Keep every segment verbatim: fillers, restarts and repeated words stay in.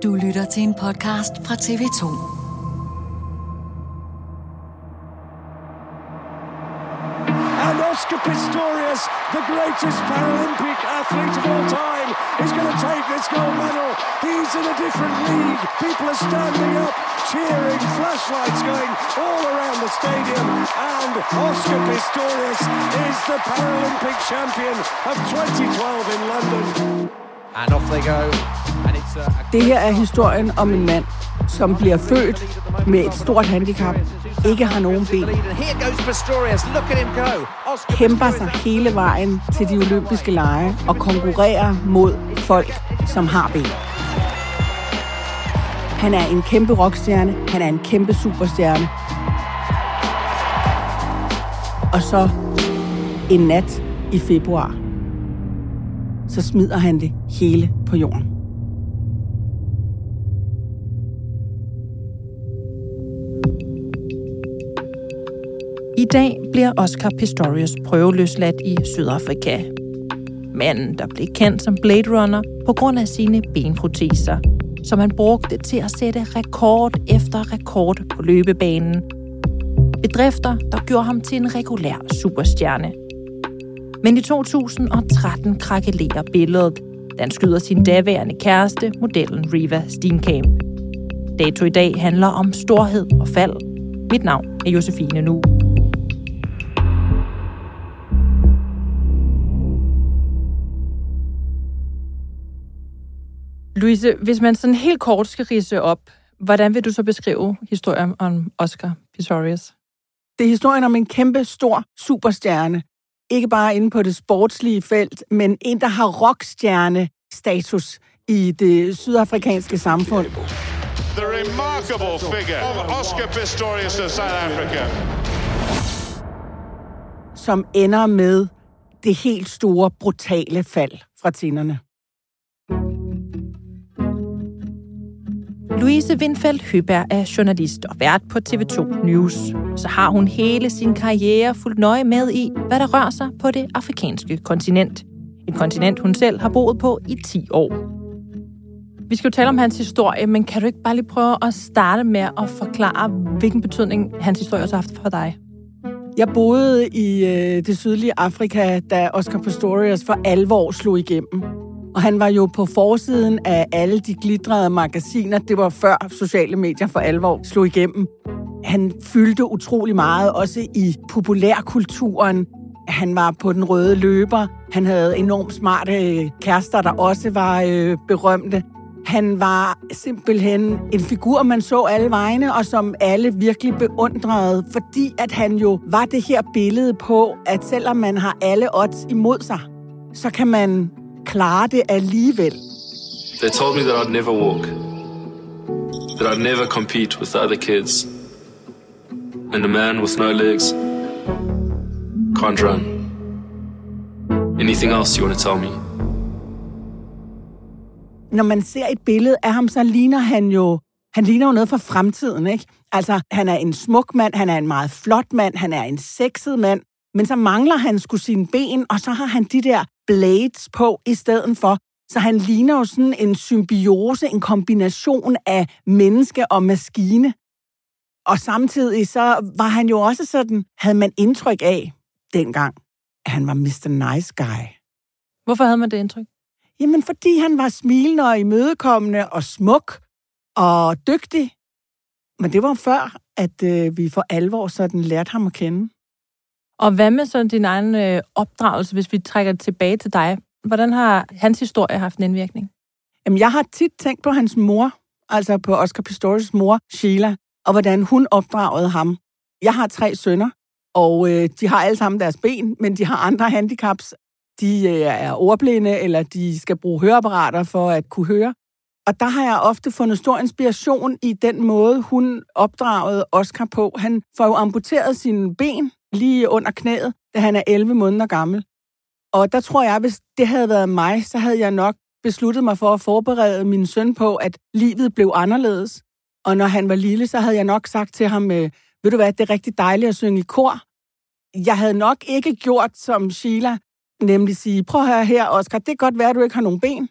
Du lytter til en podcast fra T V to. And Oscar Pistorius, the greatest Paralympic athlete of all time, is going to take this gold medal. He's in a different league. People are standing up, cheering, flashlights going all around the stadium. And Oscar Pistorius is the Paralympic champion of twenty twelve in London. And off they go. And it's a... Det her er historien om en mand, som bliver født med et stort handicap, ikke har nogen ben, kæmper sig hele vejen til de olympiske lege og konkurrerer mod folk, som har ben. Han er en kæmpe rockstjerne, han er en kæmpe superstjerne. Og så en nat i februar, så smider han det hele på jorden. I dag bliver Oscar Pistorius prøveløsladt i Sydafrika. Manden, der blev kendt som Blade Runner på grund af sine benproteser, som han brugte til at sætte rekord efter rekord på løbebanen. Bedrifter, der gjorde ham til en regulær superstjerne. Men i to tusind og tretten krakelerer billedet, da han skyder sin daværende kæreste, modellen Reeva Steenkamp. Dato i dag handler om storhed og fald. Mit navn er Josefine Nu. Louise, hvis man sådan helt kort skal ridse op, hvordan vil du så beskrive historien om Oscar Pistorius? Det er historien om en kæmpe stor superstjerne. Ikke bare inde på det sportslige felt, men en, der har rockstjerne-status i det sydafrikanske samfund. The remarkable figure of Oscar Pistorius of South Africa. Som ender med det helt store, brutale fald fra tinderne. Louise Windfeldt Høberg er journalist og vært på T V to News. Så har hun hele sin karriere fulgt nøje med i, hvad der rører sig på det afrikanske kontinent. Et kontinent, hun selv har boet på i ti år. Vi skal jo tale om hans historie, men kan du ikke bare lige prøve at starte med at forklare, hvilken betydning hans historie har haft for dig? Jeg boede i øh, det sydlige Afrika, da Oscar Pistorius for alvor slog igennem. Og han var jo på forsiden af alle de glitrede magasiner. Det var før sociale medier for alvor slog igennem. Han fyldte utrolig meget, også i populærkulturen. Han var på den røde løber. Han havde enormt smarte kærester, der også var øh, berømte. Han var simpelthen en figur, man så alle vegne, og som alle virkelig beundrede, fordi at han jo var det her billede på, at selvom man har alle odds imod sig, så kan man klare det alligevel. They told me that I'd never walk, that I'd never compete with the other kids, and a man with no legs can't run. Anything else you want to tell me? Når man ser et billede af ham, så ligner han jo, han ligner jo noget fra fremtiden, ikke? Altså, han er en smuk mand, han er en meget flot mand, han er en sexet mand, men så mangler han sgu sine ben, og så har han de der blades på i stedet for. Så han ligner jo sådan en symbiose, en kombination af menneske og maskine. Og samtidig så var han jo også sådan, havde man indtryk af dengang, at han var mister Nice Guy. Hvorfor havde man det indtryk? Jamen, fordi han var smilende og imødekommende og smuk og dygtig. Men det var før, at øh, vi for alvor sådan lærte ham at kende. Og hvad med sådan din egen øh, opdragelse, hvis vi trækker tilbage til dig? Hvordan har hans historie haft en indvirkning? Jamen, jeg har tit tænkt på hans mor, altså på Oscar Pistorius' mor, Sheila, og hvordan hun opdragede ham. Jeg har tre sønner, og øh, de har alle sammen deres ben, men de har andre handicaps. De øh, er ordblinde, eller de skal bruge høreapparater for at kunne høre. Og der har jeg ofte fundet stor inspiration i den måde, hun opdragede Oscar på. Han får jo amputeret sine ben lige under knæet, da han er elleve måneder gammel. Og der tror jeg, hvis det havde været mig, så havde jeg nok besluttet mig for at forberede min søn på, at livet blev anderledes. Og når han var lille, så havde jeg nok sagt til ham, ved du hvad, det er rigtig dejligt at synge i kor. Jeg havde nok ikke gjort som Sheila, nemlig sige, prøv at høre her, Oscar, det kan godt være, at du ikke har nogen ben,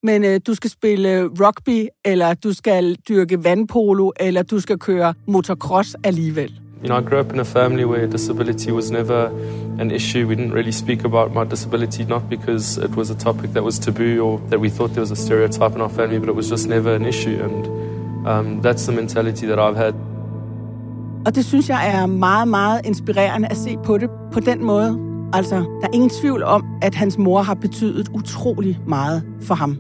men øh, du skal spille rugby, eller du skal dyrke vandpolo, eller du skal køre motocross alligevel. You know, I grew up in a family where disability was never an issue. We didn't really speak about my disability, not because it was a topic that was taboo or that we thought there was a stereotype in our family, but it was just never an issue, and um, that's the mentality that I've had. Og det synes jeg er meget, meget inspirerende at se på det på den måde. Altså, der er ingen tvivl om, at hans mor har betydet utrolig meget for ham.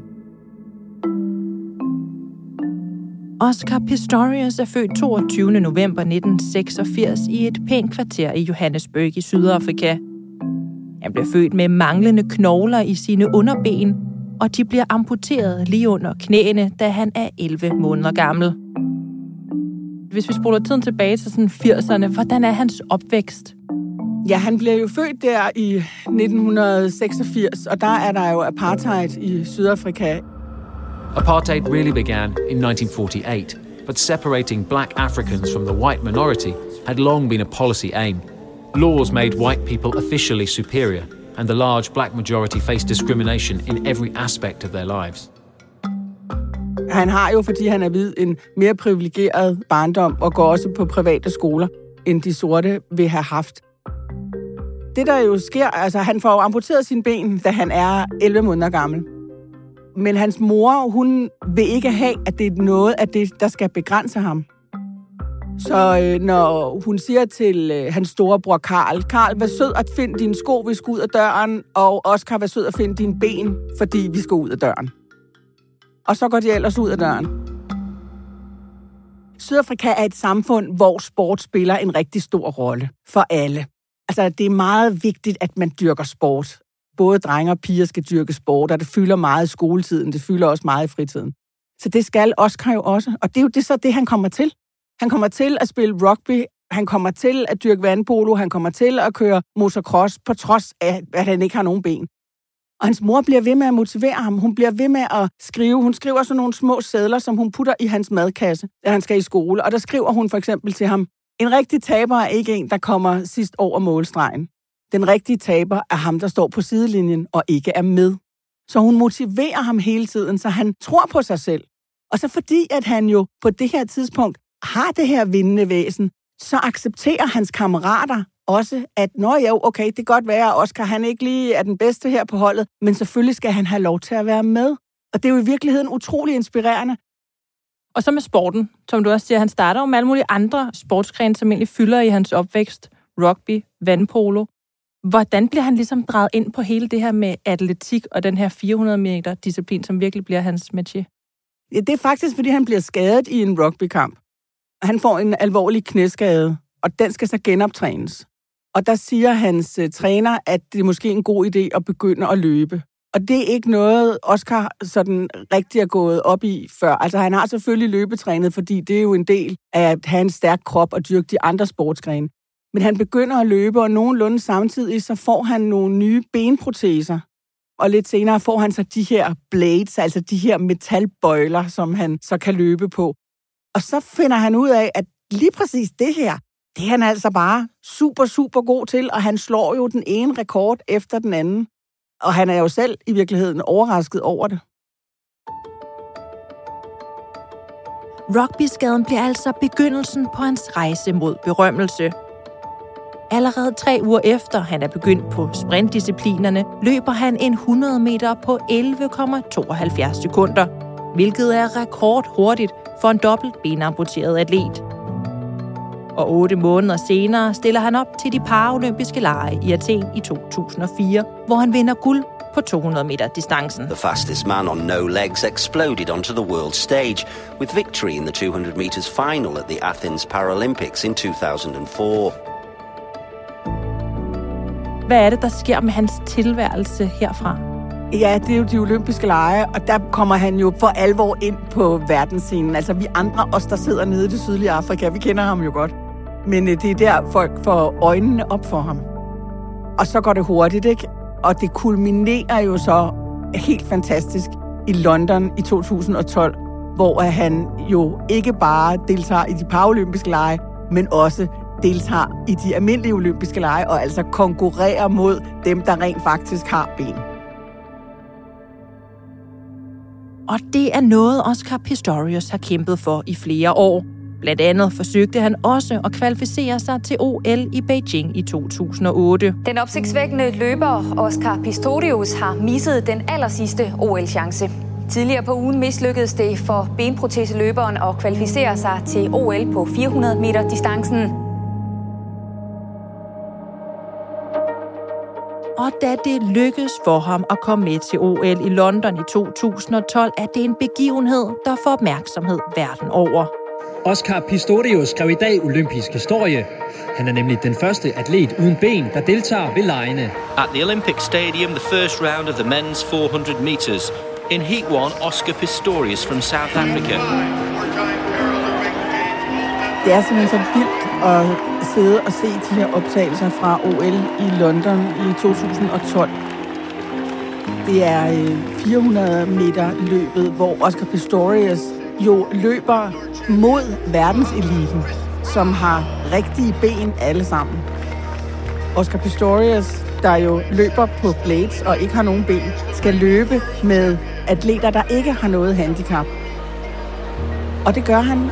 Oscar Pistorius er født toogtyvende november nitten seksogfirs i et pænt kvarter i Johannesburg i Sydafrika. Han bliver født med manglende knogler i sine underben, og de bliver amputeret lige under knæene, da han er elleve måneder gammel. Hvis vi spoler tiden tilbage til sådan firserne, hvordan er hans opvækst? Ja, han bliver jo født der i nitten seksogfirs, og der er der jo apartheid i Sydafrika. Apartheid really began in nineteen forty-eight, but separating black Africans from the white minority had long been a policy aim. Laws made white people officially superior, and the large black majority faced discrimination in every aspect of their lives. Han har jo, fordi han er hvid, en mere privilegeret barndom og går også på private skoler, end de sorte vil have haft. Det der jo sker, altså han får jo amputeret sine ben, da han er elleve måneder gammel. Men hans mor, hun vil ikke have, at det er noget af det, der skal begrænse ham. Så øh, når hun siger til øh, hans storebror Karl, Karl, vær sød at finde dine sko, vi skal ud af døren, og Oscar, vær sød at finde dine ben, fordi vi skal ud af døren. Og så går de ellers ud af døren. Sydafrika er et samfund, hvor sport spiller en rigtig stor rolle for alle. Altså, det er meget vigtigt, at man dyrker sport. Både drenge og piger skal dyrke sport, og det fylder meget i skoletiden, det fylder også meget i fritiden. Så det skal Oscar jo også, og det er jo det, så det, han kommer til. Han kommer til at spille rugby, han kommer til at dyrke vandpolo, han kommer til at køre motocross, på trods af, at han ikke har nogen ben. Og hans mor bliver ved med at motivere ham. Hun bliver ved med at skrive. Hun skriver sådan nogle små sedler, som hun putter i hans madkasse, da han skal i skole. Og der skriver hun for eksempel til ham, en rigtig taber er ikke en, der kommer sidst over målstregen. Den rigtige taber er ham, der står på sidelinjen og ikke er med. Så hun motiverer ham hele tiden, så han tror på sig selv. Og så fordi, at han jo på det her tidspunkt har det her vindende væsen, så accepterer hans kammerater også, at nå ja, okay, det kan godt være, at Oscar han ikke lige er den bedste her på holdet, men selvfølgelig skal han have lov til at være med. Og det er jo i virkeligheden utrolig inspirerende. Og så med sporten, som du også siger, han starter jo med alle mulige andre sportsgrene, som egentlig fylder i hans opvækst. Rugby, vandpolo. Hvordan bliver han ligesom drejet ind på hele det her med atletik og den her fire hundrede meter disciplin, som virkelig bliver hans métier? Ja, det er faktisk, fordi han bliver skadet i en rugbykamp. Han får en alvorlig knæskade, og den skal så genoptrænes. Og der siger hans uh, træner, at det er måske en god idé at begynde at løbe. Og det er ikke noget, Oscar sådan rigtig er gået op i før. Altså han har selvfølgelig løbetrænet, fordi det er jo en del af at have en stærk krop og dyrke de andre sportsgrene. Men han begynder at løbe, og nogenlunde samtidig så får han nogle nye benproteser. Og lidt senere får han så de her blades, altså de her metalbøjler, som han så kan løbe på. Og så finder han ud af, at lige præcis det her, det er han altså bare super, super god til, og han slår jo den ene rekord efter den anden. Og han er jo selv i virkeligheden overrasket over det. Rugbyskaden bliver altså begyndelsen på hans rejse mod berømmelse. Allerede tre uger efter han er begyndt på sprintdisciplinerne, løber han en hundrede meter på elleve komma tooghalvfjerds sekunder, hvilket er rekord hurtigt for en dobbelt benamputeret atlet. Og otte måneder senere stiller han op til de paralympiske lege i Athen i to tusind og fire, hvor han vinder guld på to hundrede meter distancen. The fastest man on no legs exploded onto the world stage with victory in the two hundred meters final at the Athens Paralympics in two thousand four. Hvad er det, der sker med hans tilværelse herfra? Ja, det er jo de olympiske lege, og der kommer han jo for alvor ind på verdensscenen. Altså vi andre, os der sidder nede i det sydlige Afrika, vi kender ham jo godt. Men det er der, folk får øjnene op for ham. Og så går det hurtigt, ikke? Og det kulminerer jo så helt fantastisk i London i to tusind og tolv, hvor han jo ikke bare deltager i de paralympiske lege, men også deltager i de almindelige olympiske lege, og altså konkurrerer mod dem, der rent faktisk har ben. Og det er noget, Oscar Pistorius har kæmpet for i flere år. Blandt andet forsøgte han også at kvalificere sig til O L i Beijing i to tusind og otte. Den opsigtsvækkende løber Oscar Pistorius har misset den allersidste O L-chance. Tidligere på ugen mislykkedes det for benproteseløberen at kvalificere sig til O L på fire hundrede meter distancen. Og da det lykkedes for ham at komme med til O L i London i to tusind og tolv, er det en begivenhed, der får opmærksomhed verden over. Oscar Pistorius skrev i dag olympisk historie. Han er nemlig den første atlet uden ben, der deltager ved legene. At the Olympic Stadium, the first round of the men's four hundred meters. In heat one, Oscar Pistorius from South Africa. Det er simpelthen så vildt at sidde og se de her optagelser fra O L i London i to tusind og tolv. Det er fire hundrede meter løbet, hvor Oscar Pistorius jo løber mod verdenseliten, som har rigtige ben alle sammen. Oscar Pistorius, der jo løber på blades og ikke har nogen ben, skal løbe med atleter, der ikke har noget handicap. Og det gør han.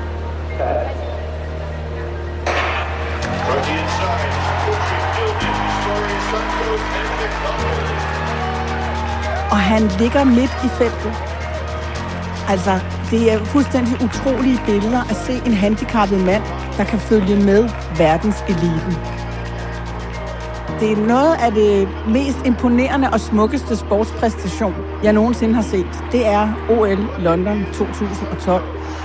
Og han ligger midt i feltet. Altså, det er fuldstændig utrolige billeder at se en handicappet mand, der kan følge med verdenseliten. Det er noget af det mest imponerende og smukkeste sportspræstation, jeg nogensinde har set. Det er O L London to tusind og tolv.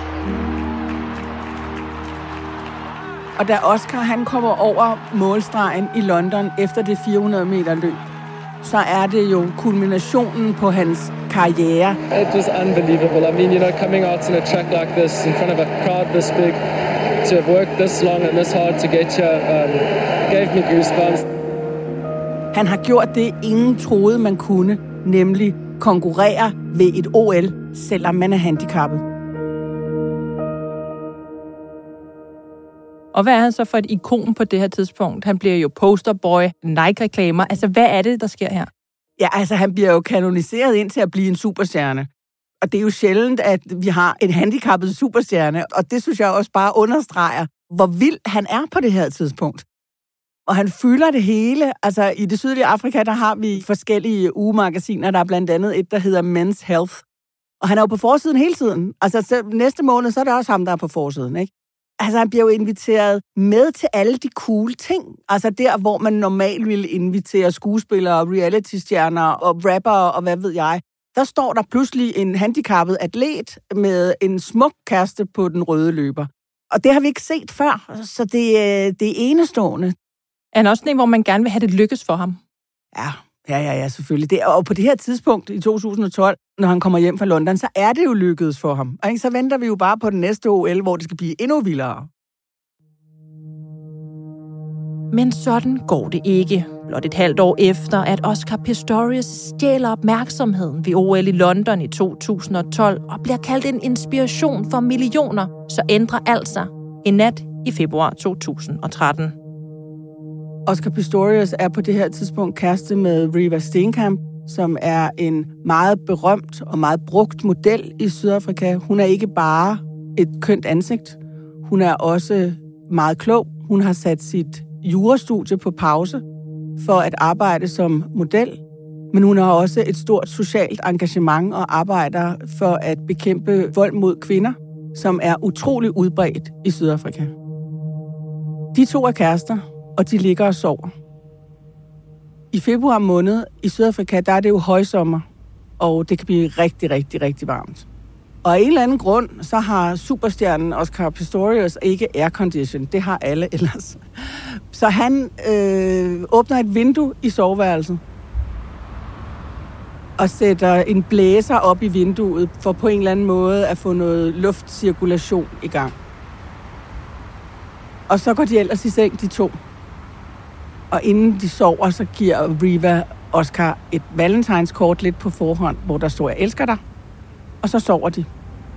Og da Oscar han kommer over målstregen i London efter det fire hundrede meter løb, så er det jo kulminationen på hans karriere. It was unbelievable. I mean, you know, coming out in a track like this in front of a crowd this big, to have worked this long and this hard to get here, um, gave me goosebumps. Han har gjort det, ingen troede, man kunne, nemlig konkurrere ved et O L, selvom man er handicappet. Og hvad er han så for et ikon på det her tidspunkt? Han bliver jo posterboy, Nike-reklamer. Altså, hvad er det, der sker her? Ja, altså, han bliver jo kanoniseret ind til at blive en superstjerne. Og det er jo sjældent, at vi har en handicappet superstjerne. Og det synes jeg også bare understreger, hvor vild han er på det her tidspunkt. Og han fylder det hele. Altså, i det sydlige Afrika, der har vi forskellige ugemagasiner. Der er blandt andet et, der hedder Men's Health. Og han er jo på forsiden hele tiden. Altså, så næste måned, så er det også ham, der er på forsiden, ikke? Altså, han bliver jo inviteret med til alle de cool ting. Altså, der, hvor man normalt ville invitere skuespillere, reality-stjerner og rappere og hvad ved jeg. Der står der pludselig en handicappet atlet med en smuk kæreste på den røde løber. Og det har vi ikke set før, så det, det er enestående. Er han også en, hvor man gerne vil have det lykkes for ham? Ja, ja, ja, ja selvfølgelig. Det, og på det her tidspunkt i to tusind og tolv, når han kommer hjem fra London, så er det jo lykkedes for ham. Og så venter vi jo bare på den næste O L, hvor det skal blive endnu vildere. Men sådan går det ikke. Blot et halvt år efter, at Oscar Pistorius stjæler opmærksomheden ved O L i London i to tusind og tolv og bliver kaldt en inspiration for millioner, så ændrer alt sig en nat i februar to tusind og tretten. Oscar Pistorius er på det her tidspunkt kæreste med Reeva Steenkamp, som er en meget berømt og meget brugt model i Sydafrika. Hun er ikke bare et kønt ansigt. Hun er også meget klog. Hun har sat sit jurastudie på pause for at arbejde som model. Men hun har også et stort socialt engagement og arbejder for at bekæmpe vold mod kvinder, som er utrolig udbredt i Sydafrika. De to er kærester, og de ligger og sover. I februar måned i Sydafrika, der er det jo højsommer, og det kan blive rigtig, rigtig, rigtig varmt. Og af en eller anden grund, så har superstjernen Oscar Pistorius ikke aircondition. Det har alle ellers. Så han øh, åbner et vindue i soveværelset og sætter en blæser op i vinduet for på en eller anden måde at få noget luftcirkulation i gang. Og så går de ellers i seng, de to. Og inden de sover, så giver Reeva Oscar et valentineskort lidt på forhånd, hvor der står, jeg elsker dig. Og så sover de.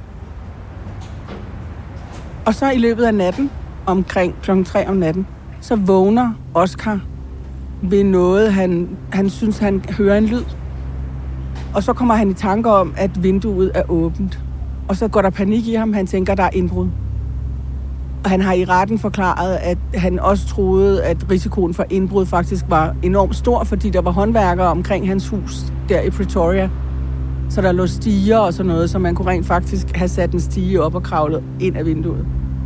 Og så i løbet af natten, omkring klokken tre om natten, så vågner Oscar ved noget, han, han synes, han hører en lyd. Og så kommer han i tanke om, at vinduet er åbent. Og så går der panik i ham. Han tænker, der er indbrud. Og han har i retten forklaret, at han også troede, at risikoen for indbrud faktisk var enormt stor, fordi der var håndværkere omkring hans hus der i Pretoria. Så der lå stiger og sådan noget, så man kunne rent faktisk have sat en stige op og kravlet ind af vinduet.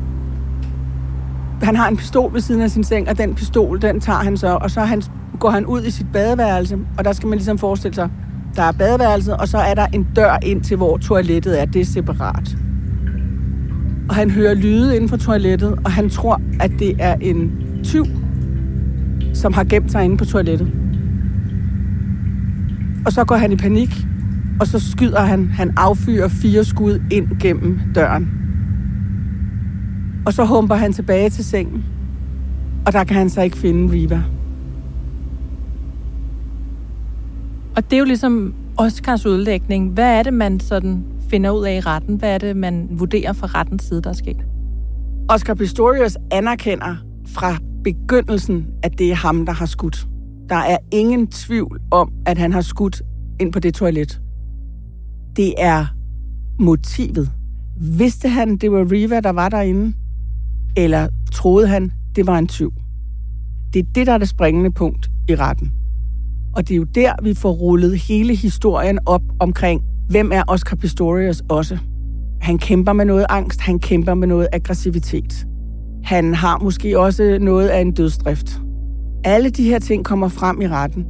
Han har en pistol ved siden af sin seng, og den pistol, den tager han så, og så han, går han ud i sit badeværelse, og der skal man ligesom forestille sig, der er badeværelset, og så er der en dør ind til, hvor toilettet er. Det er separat. Og han hører lyde inden for toilettet, og han tror, at det er en tyv, som har gemt sig inde på toilettet. Og så går han i panik, og så skyder han. Han affyrer fire skud ind gennem døren. Og så humper han tilbage til sengen, og der kan han så ikke finde Riva. Og det er jo ligesom Oscars udlægning. Hvad er det, man sådan finder ud af i retten? Hvad er det, man vurderer fra rettens side, der er sket? Oscar Pistorius anerkender fra begyndelsen, at det er ham, der har skudt. Der er ingen tvivl om, at han har skudt ind på det toilet. Det er motivet. Vidste han, det var Riva, der var derinde? Eller troede han, det var en tyv? Det er det, der er det springende punkt i retten. Og det er jo der, vi får rullet hele historien op omkring, hvem er Oscar Pistorius også. Han kæmper med noget angst, han kæmper med noget aggressivitet. Han har måske også noget af en dødsdrift. Alle de her ting kommer frem i retten.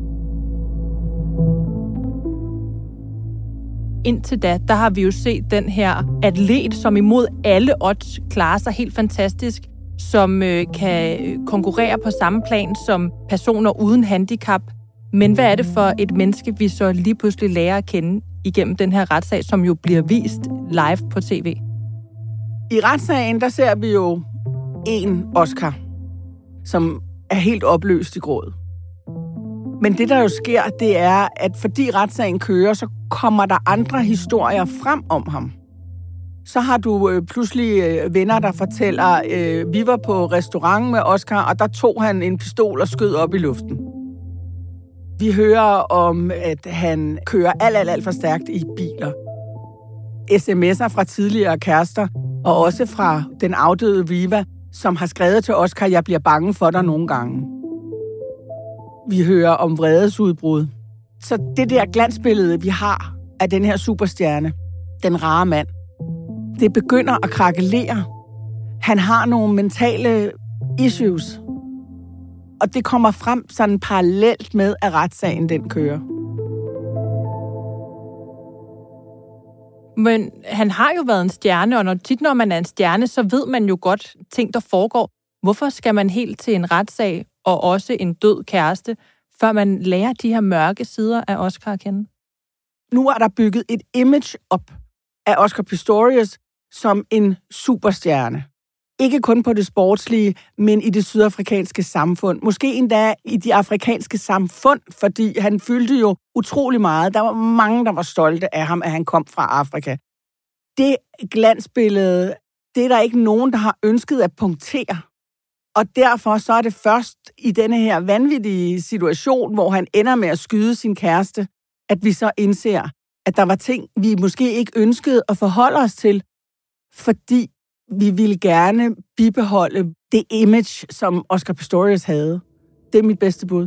Indtil da, der har vi jo set den her atlet, som imod alle odds klarer sig helt fantastisk, som øh, kan konkurrere på samme plan som personer uden handicap. Men hvad er det for et menneske, vi så lige pludselig lærer at kende igennem den her retssag, som jo bliver vist live på tv? I retssagen, der ser vi jo en Oscar, som er helt opløst i gråd. Men det, der jo sker, det er, at fordi retssagen kører, så kommer der andre historier frem om ham. Så har du øh, pludselig øh, venner, der fortæller, øh, vi var på restaurant med Oscar, og der tog han en pistol og skød op i luften. Vi hører om, at han kører alt, alt, alt for stærkt i biler. S M S'er fra tidligere kærester, og også fra den afdøde Riva, som har skrevet til Oscar, jeg bliver bange for dig nogle gange. Vi hører om vredesudbrud. Så det der glansbillede, vi har af den her superstjerne, den rare mand, det begynder at krakelere. Han har nogle mentale issues. Og det kommer frem sådan parallelt med, at retssagen den kører. Men han har jo været en stjerne, og når tit når man er en stjerne, så ved man jo godt ting, der foregår. Hvorfor skal man helt til en retssag og også en død kæreste, før man lærer de her mørke sider af Oscar at kende? Nu er der bygget et image op af Oscar Pistorius som en superstjerne. Ikke kun på det sportslige, men i det sydafrikanske samfund. Måske endda i de afrikanske samfund, fordi han fyldte jo utrolig meget. Der var mange, der var stolte af ham, at han kom fra Afrika. Det glansbillede, det er der ikke nogen, der har ønsket at punktere. Og derfor så er det først i denne her vanvittige situation, hvor han ender med at skyde sin kæreste, at vi så indser, at der var ting, vi måske ikke ønskede at forholde os til, fordi vi ville gerne bibeholde det image, som Oscar Pistorius havde. Det er mit bedste bud.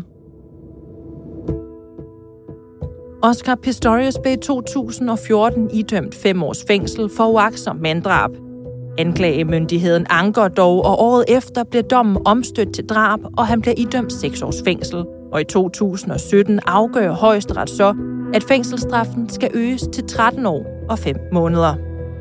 Oscar Pistorius blev i to tusind og fjorten idømt fem års fængsel for uagtsomt manddrab. Anklagemyndigheden anker dog, og året efter blev dommen omstødt til drab, og han blev idømt seks års fængsel. Og i to tusind og sytten afgør Højesteret så, at fængselsstraffen skal øges til tretten år og fem måneder.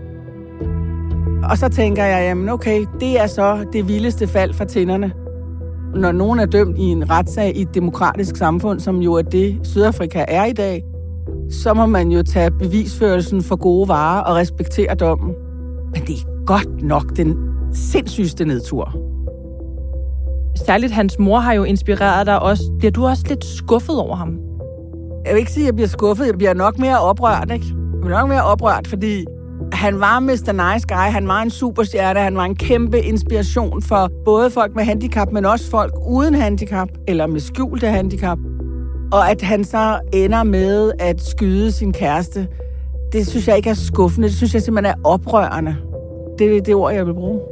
Og så tænker jeg, jamen okay, det er så det vildeste fald for tænderne. Når nogen er dømt i en retssag i et demokratisk samfund, som jo er det Sydafrika er i dag, så må man jo tage bevisførelsen for gode varer og respektere dommen. Men det er godt nok den sindssygste nedtur. Særligt hans mor har jo inspireret dig også. Bliver du også lidt skuffet over ham? Jeg vil ikke sige, at jeg bliver skuffet. Jeg bliver nok mere oprørt, ikke? Jeg bliver nok mere oprørt, fordi han var mister Nice Guy. Han var en superstjerne. Han var en kæmpe inspiration for både folk med handicap, men også folk uden handicap, eller med skjulte handicap. Og at han så ender med at skyde sin kæreste, det synes jeg ikke er skuffende. Det synes jeg simpelthen er oprørende. Det er det ord, jeg vil bruge.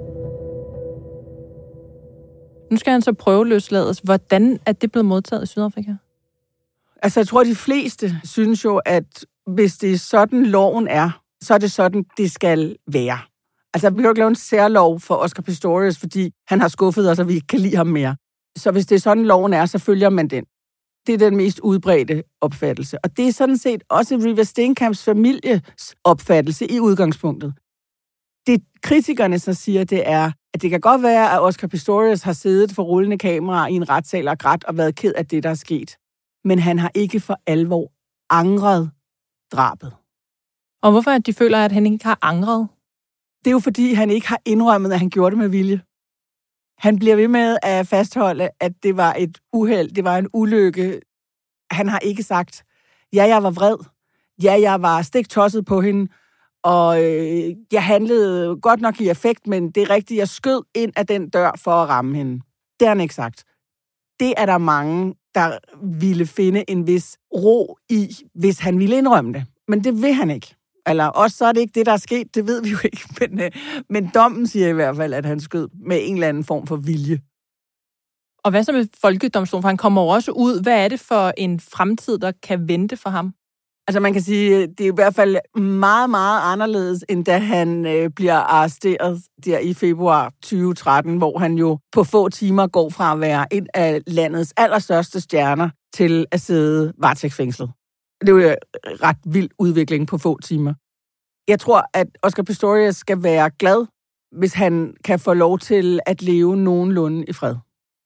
Nu skal han så prøveløslades. Hvordan er det blevet modtaget i Sydafrika? Altså, jeg tror, de fleste synes jo, at hvis det er sådan, loven er, så er det sådan, det skal være. Altså, vi kan jo ikke lave en særlov for Oscar Pistorius, fordi han har skuffet os, og vi ikke kan lide ham mere. Så hvis det er sådan, loven er, så følger man den. Det er den mest udbredte opfattelse. Og det er sådan set også Reeva Steenkamps families opfattelse i udgangspunktet. Det kritikerne så siger, det er, at det kan godt være, at Oscar Pistorius har siddet for rullende kamera i en retssal og grædt og været ked af det, der er sket. Men han har ikke for alvor angret drabet. Og hvorfor at de føler, at han ikke har angret? Det er jo fordi, han ikke har indrømmet, at han gjorde det med vilje. Han bliver ved med at fastholde, at det var et uheld, det var en ulykke. Han har ikke sagt, ja, jeg var vred, ja, jeg var stiktosset på hende, og øh, jeg handlede godt nok i affekt, men det er rigtigt, jeg skød ind af den dør for at ramme hende. Det har han ikke sagt. Det er der mange, der ville finde en vis ro i, hvis han ville indrømme det. Men det vil han ikke. Eller også så er det ikke det, der er sket, det ved vi jo ikke. Men, øh, men dommen siger i hvert fald, at han skød med en eller anden form for vilje. Og hvad så med folkedomstolen? For han kommer også ud. Hvad er det for en fremtid, der kan vente for ham? Altså man kan sige, det er i hvert fald meget, meget anderledes, end da han øh, bliver arresteret der i februar tyve tretten, hvor han jo på få timer går fra at være en af landets allerstørste stjerner til at sidde varetægtsfængslet. Det er jo en ret vild udvikling på få timer. Jeg tror, at Oscar Pistorius skal være glad, hvis han kan få lov til at leve nogenlunde i fred.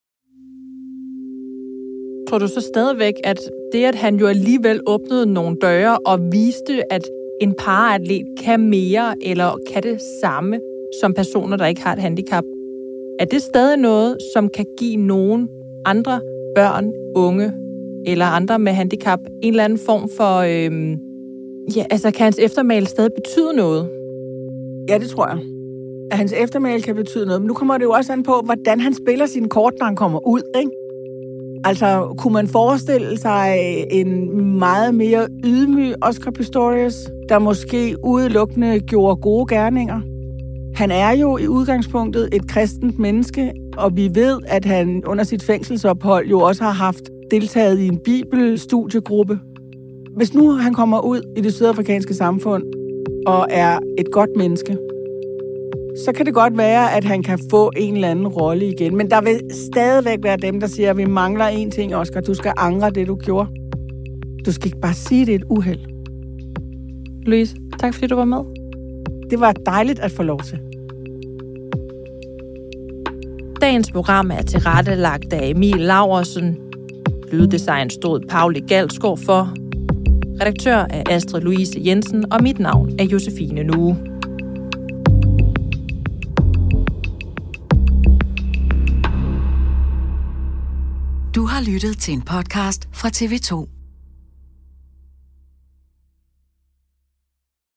Tror du så stadigvæk, at det, at han jo alligevel åbnede nogle døre og viste, at en paraatlet kan mere eller kan det samme som personer, der ikke har et handicap, er det stadig noget, som kan give nogen andre børn, unge eller andre med handicap en eller anden form for... Øhm, ja, altså kan hans eftermæle stadig betyde noget? Ja, det tror jeg. At hans eftermæle kan betyde noget. Men nu kommer det jo også an på, hvordan han spiller sine kort, når han kommer ud, ikke? Altså, kunne man forestille sig en meget mere ydmyg Oscar Pistorius, der måske udelukkende gjorde gode gerninger? Han er jo i udgangspunktet et kristent menneske, og vi ved, at han under sit fængselsophold jo også har haft deltaget i en bibelstudiegruppe. Hvis nu han kommer ud i det sydafrikanske samfund og er et godt menneske, så kan det godt være, at han kan få en eller anden rolle igen. Men der vil stadigvæk være dem, der siger, at vi mangler én ting, Oscar. Du skal angre det, du gjorde. Du skal ikke bare sige, det er et uheld. Louise, tak fordi du var med. Det var dejligt at få lov til. Dagens program er tilrettelagt af Emil Laursen. Lyddesign stod Pauli Galsgaard for. Redaktør er Astrid Louise Jensen, og mit navn er Josefine Nue. Du har lyttet til en podcast fra T V to.